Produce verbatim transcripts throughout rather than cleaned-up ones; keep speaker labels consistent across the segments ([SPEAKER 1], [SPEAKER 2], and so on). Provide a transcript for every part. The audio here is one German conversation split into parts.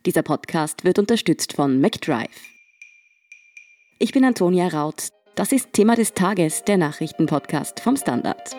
[SPEAKER 1] Dieser Podcast wird unterstützt von McDrive. Ich bin Antonia Raut. Das ist Thema des Tages, der Nachrichtenpodcast vom Standard.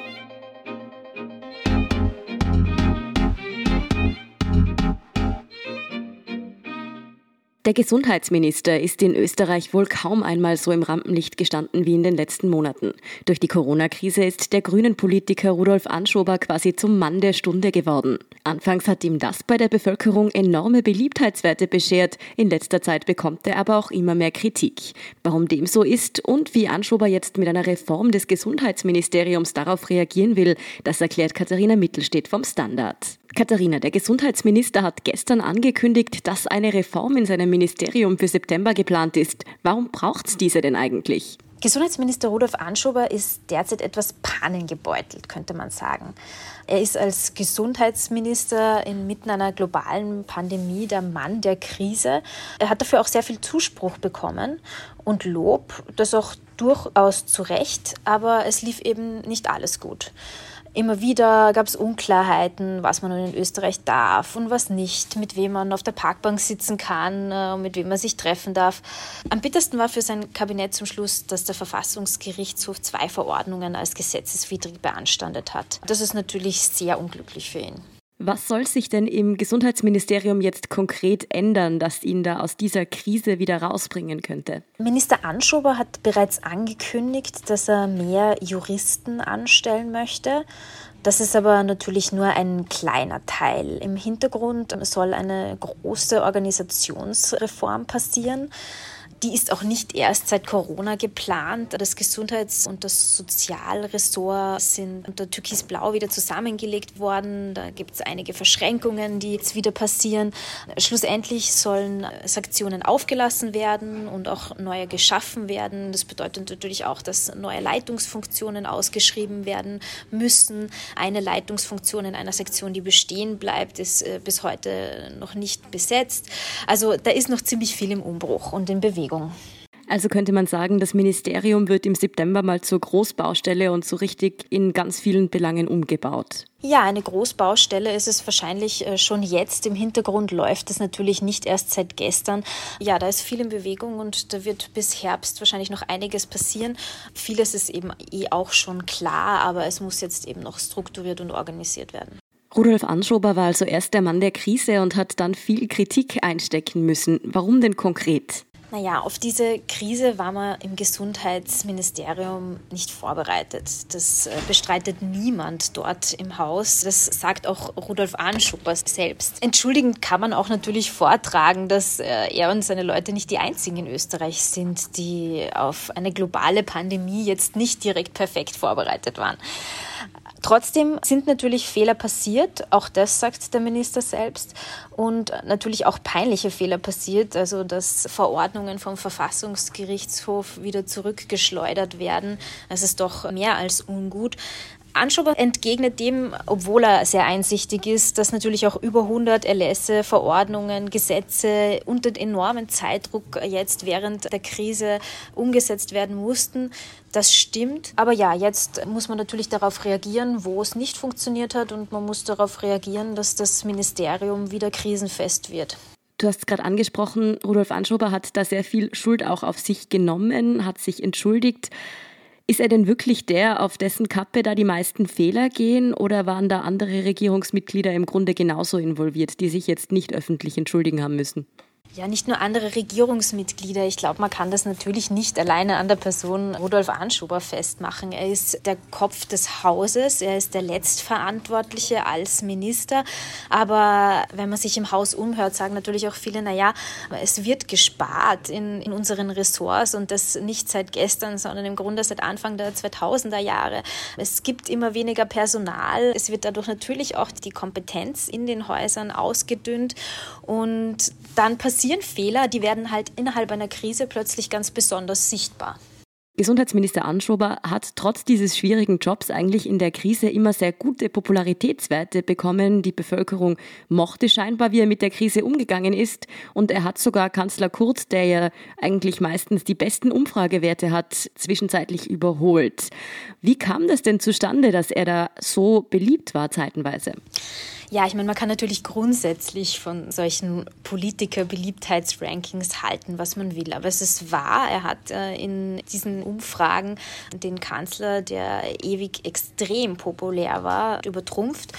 [SPEAKER 1] Der Gesundheitsminister ist in Österreich wohl kaum einmal so im Rampenlicht gestanden wie in den letzten Monaten. Durch die Corona-Krise ist der Grünen-Politiker Rudolf Anschober quasi zum Mann der Stunde geworden. Anfangs hat ihm das bei der Bevölkerung enorme Beliebtheitswerte beschert. In letzter Zeit bekommt er aber auch immer mehr Kritik. Warum dem so ist und wie Anschober jetzt mit einer Reform des Gesundheitsministeriums darauf reagieren will, das erklärt Katharina Mittelstedt vom Standard. Katharina, der Gesundheitsminister hat gestern angekündigt, dass eine Reform in seinem Ministerium für September geplant ist. Warum braucht's diese denn eigentlich?
[SPEAKER 2] Gesundheitsminister Rudolf Anschober ist derzeit etwas pannengebeutelt, könnte man sagen. Er ist als Gesundheitsminister inmitten einer globalen Pandemie der Mann der Krise. Er hat dafür auch sehr viel Zuspruch bekommen und Lob, das auch durchaus zu Recht, aber es lief eben nicht alles gut. Immer wieder gab es Unklarheiten, was man nun in Österreich darf und was nicht, mit wem man auf der Parkbank sitzen kann und mit wem man sich treffen darf. Am bittersten war für sein Kabinett zum Schluss, dass der Verfassungsgerichtshof zwei Verordnungen als gesetzeswidrig beanstandet hat. Das ist natürlich sehr unglücklich für ihn.
[SPEAKER 1] Was soll sich denn im Gesundheitsministerium jetzt konkret ändern, das ihn da aus dieser Krise wieder rausbringen könnte?
[SPEAKER 2] Minister Anschober hat bereits angekündigt, dass er mehr Juristen anstellen möchte. Das ist aber natürlich nur ein kleiner Teil. Im Hintergrund soll eine große Organisationsreform passieren. Die ist auch nicht erst seit Corona geplant. Das Gesundheits- und das Sozialressort sind unter Türkis-Blau wieder zusammengelegt worden. Da gibt es einige Verschränkungen, die jetzt wieder passieren. Schlussendlich sollen Sektionen aufgelassen werden und auch neue geschaffen werden. Das bedeutet natürlich auch, dass neue Leitungsfunktionen ausgeschrieben werden müssen. Eine Leitungsfunktion in einer Sektion, die bestehen bleibt, ist bis heute noch nicht besetzt. Also da ist noch ziemlich viel im Umbruch und in Bewegung.
[SPEAKER 1] Also könnte man sagen, das Ministerium wird im September mal zur Großbaustelle und so richtig in ganz vielen Belangen umgebaut.
[SPEAKER 2] Ja, eine Großbaustelle ist es wahrscheinlich schon jetzt. Im Hintergrund läuft es natürlich nicht erst seit gestern. Ja, da ist viel in Bewegung und da wird bis Herbst wahrscheinlich noch einiges passieren. Vieles ist eben eh auch schon klar, aber es muss jetzt eben noch strukturiert und organisiert werden.
[SPEAKER 1] Rudolf Anschober war also erst der Mann der Krise und hat dann viel Kritik einstecken müssen. Warum denn konkret?
[SPEAKER 2] Naja, auf diese Krise war man im Gesundheitsministerium nicht vorbereitet. Das bestreitet niemand dort im Haus. Das sagt auch Rudolf Anschober selbst. Entschuldigend kann man auch natürlich vortragen, dass er und seine Leute nicht die einzigen in Österreich sind, die auf eine globale Pandemie jetzt nicht direkt perfekt vorbereitet waren. Trotzdem sind natürlich Fehler passiert, auch das sagt der Minister selbst, und natürlich auch peinliche Fehler passiert, also dass Verordnungen vom Verfassungsgerichtshof wieder zurückgeschleudert werden. Das ist doch mehr als ungut. Anschober entgegnet dem, obwohl er sehr einsichtig ist, dass natürlich auch über hundert Erlässe, Verordnungen, Gesetze unter enormem Zeitdruck jetzt während der Krise umgesetzt werden mussten. Das stimmt. Aber ja, jetzt muss man natürlich darauf reagieren, wo es nicht funktioniert hat, und man muss darauf reagieren, dass das Ministerium wieder krisenfest wird.
[SPEAKER 1] Du hast gerade angesprochen, Rudolf Anschober hat da sehr viel Schuld auch auf sich genommen, hat sich entschuldigt. Ist er denn wirklich der, auf dessen Kappe da die meisten Fehler gehen, oder waren da andere Regierungsmitglieder im Grunde genauso involviert, die sich jetzt nicht öffentlich entschuldigen haben müssen?
[SPEAKER 2] Ja, nicht nur andere Regierungsmitglieder. Ich glaube, man kann das natürlich nicht alleine an der Person Rudolf Anschober festmachen. Er ist der Kopf des Hauses, er ist der Letztverantwortliche als Minister. Aber wenn man sich im Haus umhört, sagen natürlich auch viele, naja, es wird gespart in, in unseren Ressorts, und das nicht seit gestern, sondern im Grunde seit Anfang der zweitausender Jahre. Es gibt immer weniger Personal. Es wird dadurch natürlich auch die Kompetenz in den Häusern ausgedünnt, und dann passiert passieren Fehler, die werden halt innerhalb einer Krise plötzlich ganz besonders sichtbar.
[SPEAKER 1] Gesundheitsminister Anschober hat trotz dieses schwierigen Jobs eigentlich in der Krise immer sehr gute Popularitätswerte bekommen. Die Bevölkerung mochte scheinbar, wie er mit der Krise umgegangen ist. Und er hat sogar Kanzler Kurz, der ja eigentlich meistens die besten Umfragewerte hat, zwischenzeitlich überholt. Wie kam das denn zustande, dass er da so beliebt war zeitenweise?
[SPEAKER 2] Ja, ich meine, man kann natürlich grundsätzlich von solchen Politiker-Beliebtheitsrankings halten, was man will. Aber es ist wahr, er hat äh, in diesen Umfragen den Kanzler, der ewig extrem populär war, übertrumpft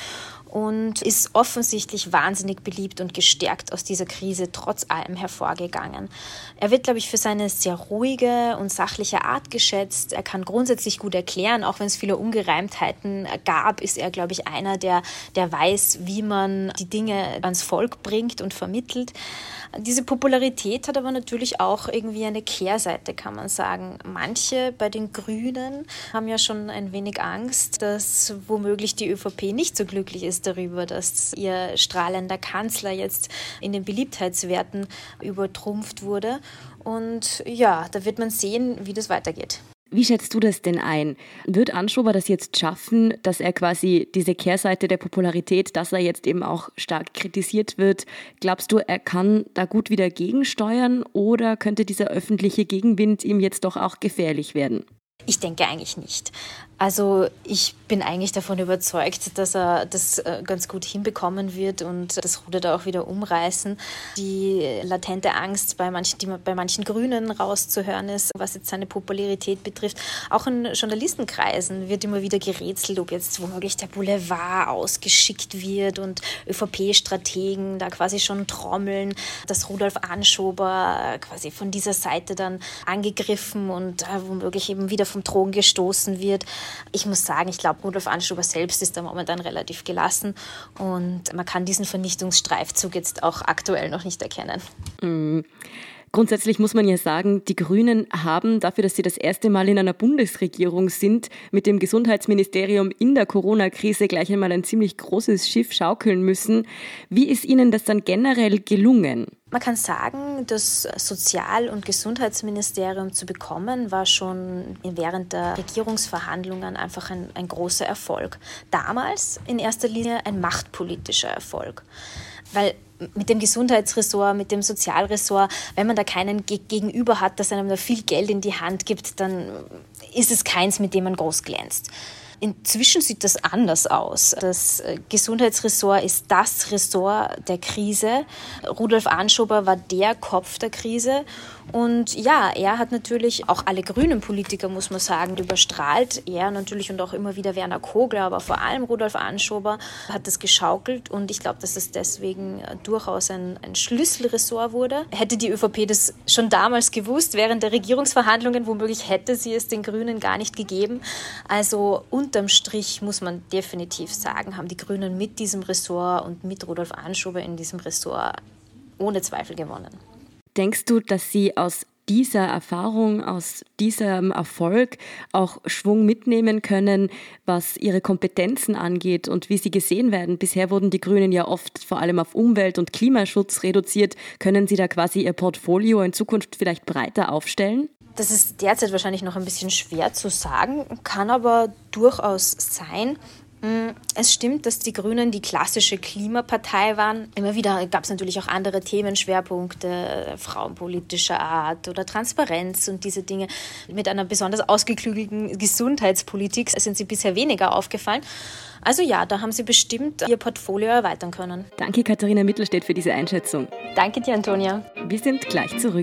[SPEAKER 2] und ist offensichtlich wahnsinnig beliebt und gestärkt aus dieser Krise trotz allem hervorgegangen. Er wird, glaube ich, für seine sehr ruhige und sachliche Art geschätzt. Er kann grundsätzlich gut erklären, auch wenn es viele Ungereimtheiten gab, ist er, glaube ich, einer, der, der weiß, wie man die Dinge ans Volk bringt und vermittelt. Diese Popularität hat aber natürlich auch irgendwie eine Kehrseite, kann man sagen. Manche bei den Grünen haben ja schon ein wenig Angst, dass womöglich die ÖVP nicht so glücklich ist darüber, dass ihr strahlender Kanzler jetzt in den Beliebtheitswerten übertrumpft wurde. Und ja, da wird man sehen, wie das weitergeht.
[SPEAKER 1] Wie schätzt du das denn ein? Wird Anschober das jetzt schaffen, dass er quasi diese Kehrseite der Popularität, dass er jetzt eben auch stark kritisiert wird, glaubst du, er kann da gut wieder gegensteuern oder könnte dieser öffentliche Gegenwind ihm jetzt doch auch gefährlich werden?
[SPEAKER 2] Ich denke eigentlich nicht. Also ich bin eigentlich davon überzeugt, dass er das ganz gut hinbekommen wird und das Ruder da auch wieder umreißen. Die latente Angst bei manchen, die bei manchen Grünen rauszuhören ist, was jetzt seine Popularität betrifft. Auch in Journalistenkreisen wird immer wieder gerätselt, ob jetzt womöglich der Boulevard ausgeschickt wird und ÖVP-Strategen da quasi schon trommeln, dass Rudolf Anschober quasi von dieser Seite dann angegriffen und womöglich eben wieder vom Thron gestoßen wird. Ich muss sagen, ich glaube, Rudolf Anschober selbst ist da momentan relativ gelassen und man kann diesen Vernichtungsstreifzug jetzt auch aktuell noch nicht erkennen.
[SPEAKER 1] Mhm. Grundsätzlich muss man ja sagen, die Grünen haben dafür, dass sie das erste Mal in einer Bundesregierung sind, mit dem Gesundheitsministerium in der Corona-Krise gleich einmal ein ziemlich großes Schiff schaukeln müssen. Wie ist Ihnen das dann generell gelungen?
[SPEAKER 2] Man kann sagen, das Sozial- und Gesundheitsministerium zu bekommen, war schon während der Regierungsverhandlungen einfach ein, ein großer Erfolg. Damals in erster Linie ein machtpolitischer Erfolg. Weil mit dem Gesundheitsressort, mit dem Sozialressort, wenn man da keinen Gegenüber hat, das einem da viel Geld in die Hand gibt, dann ist es keins, mit dem man groß glänzt. Inzwischen sieht das anders aus. Das Gesundheitsressort ist das Ressort der Krise. Rudolf Anschober war der Kopf der Krise. Und ja, er hat natürlich auch alle grünen Politiker, muss man sagen, überstrahlt. Er natürlich und auch immer wieder Werner Kogler, aber vor allem Rudolf Anschober hat das geschaukelt. Und ich glaube, dass es deswegen durchaus ein, ein Schlüsselressort wurde. Hätte die ÖVP das schon damals gewusst, während der Regierungsverhandlungen, womöglich hätte sie es den Grünen gar nicht gegeben. Also unterm Strich muss man definitiv sagen, haben die Grünen mit diesem Ressort und mit Rudolf Anschober in diesem Ressort ohne Zweifel gewonnen.
[SPEAKER 1] Denkst du, dass Sie aus dieser Erfahrung, aus diesem Erfolg auch Schwung mitnehmen können, was Ihre Kompetenzen angeht und wie Sie gesehen werden? Bisher wurden die Grünen ja oft vor allem auf Umwelt- und Klimaschutz reduziert. Können Sie da quasi Ihr Portfolio in Zukunft vielleicht breiter aufstellen?
[SPEAKER 2] Das ist derzeit wahrscheinlich noch ein bisschen schwer zu sagen, kann aber durchaus sein. Es stimmt, dass die Grünen die klassische Klimapartei waren. Immer wieder gab es natürlich auch andere Themenschwerpunkte, frauenpolitischer Art oder Transparenz und diese Dinge. Mit einer besonders ausgeklügelten Gesundheitspolitik sind sie bisher weniger aufgefallen. Also ja, da haben sie bestimmt ihr Portfolio erweitern können.
[SPEAKER 1] Danke, Katharina Mittelstädt, für diese Einschätzung.
[SPEAKER 2] Danke dir, Antonia.
[SPEAKER 1] Wir sind gleich zurück.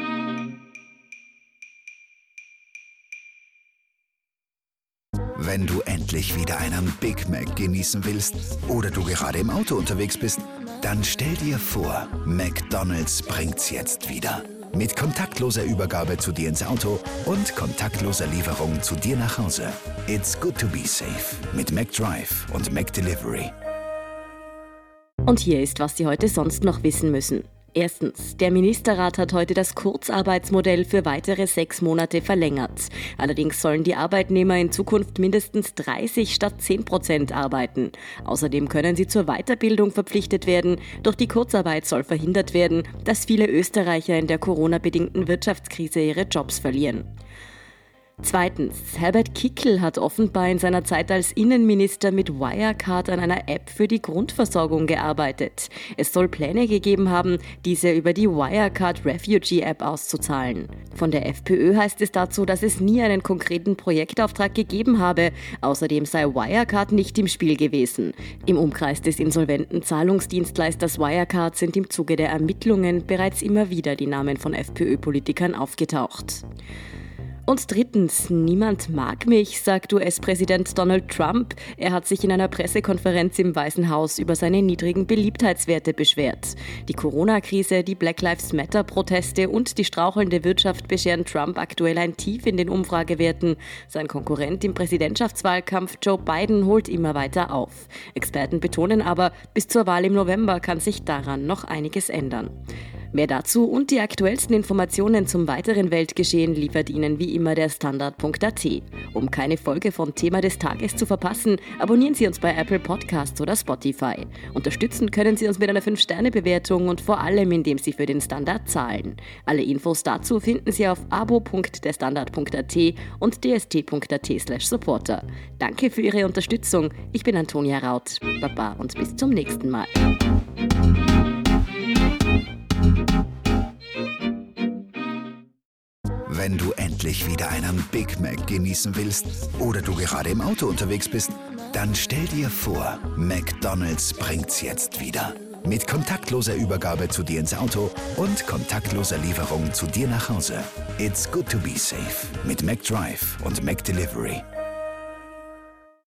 [SPEAKER 3] Wenn du endlich wieder einen Big Mac genießen willst oder du gerade im Auto unterwegs bist, dann stell dir vor, McDonald's bringt's jetzt wieder. Mit kontaktloser Übergabe zu dir ins Auto und kontaktloser Lieferung zu dir nach Hause. It's good to be safe mit McDrive und McDelivery.
[SPEAKER 1] Und hier ist, was Sie heute sonst noch wissen müssen. Erstens, der Ministerrat hat heute das Kurzarbeitsmodell für weitere sechs Monate verlängert. Allerdings sollen die Arbeitnehmer in Zukunft mindestens dreißig statt zehn Prozent arbeiten. Außerdem können sie zur Weiterbildung verpflichtet werden. Doch die Kurzarbeit soll verhindert werden, dass viele Österreicher in der Corona-bedingten Wirtschaftskrise ihre Jobs verlieren. Zweitens, Herbert Kickl hat offenbar in seiner Zeit als Innenminister mit Wirecard an einer App für die Grundversorgung gearbeitet. Es soll Pläne gegeben haben, diese über die Wirecard Refugee App auszuzahlen. Von der FPÖ heißt es dazu, dass es nie einen konkreten Projektauftrag gegeben habe. Außerdem sei Wirecard nicht im Spiel gewesen. Im Umkreis des insolventen Zahlungsdienstleisters Wirecard sind im Zuge der Ermittlungen bereits immer wieder die Namen von FPÖ-Politikern aufgetaucht. Und drittens, niemand mag mich, sagt U S-Präsident Donald Trump. Er hat sich in einer Pressekonferenz im Weißen Haus über seine niedrigen Beliebtheitswerte beschwert. Die Corona-Krise, die Black Lives Matter-Proteste und die strauchelnde Wirtschaft bescheren Trump aktuell ein Tief in den Umfragewerten. Sein Konkurrent im Präsidentschaftswahlkampf Joe Biden holt immer weiter auf. Experten betonen aber, bis zur Wahl im November kann sich daran noch einiges ändern. Mehr dazu und die aktuellsten Informationen zum weiteren Weltgeschehen liefert Ihnen wie immer der Standard punkt a t. Um keine Folge von Thema des Tages zu verpassen, abonnieren Sie uns bei Apple Podcasts oder Spotify. Unterstützen können Sie uns mit einer fünf Sterne Bewertung und vor allem, indem Sie für den Standard zahlen. Alle Infos dazu finden Sie auf abo punkt der standard punkt a t und d s t punkt a t slash supporter. Danke für Ihre Unterstützung. Ich bin Antonia Raut. Baba und bis zum nächsten Mal.
[SPEAKER 3] Wenn du endlich wieder einen Big Mac genießen willst oder du gerade im Auto unterwegs bist, dann stell dir vor, McDonald's bringt's jetzt wieder. Mit kontaktloser Übergabe zu dir ins Auto und kontaktloser Lieferung zu dir nach Hause. It's good to be safe mit McDrive und McDelivery.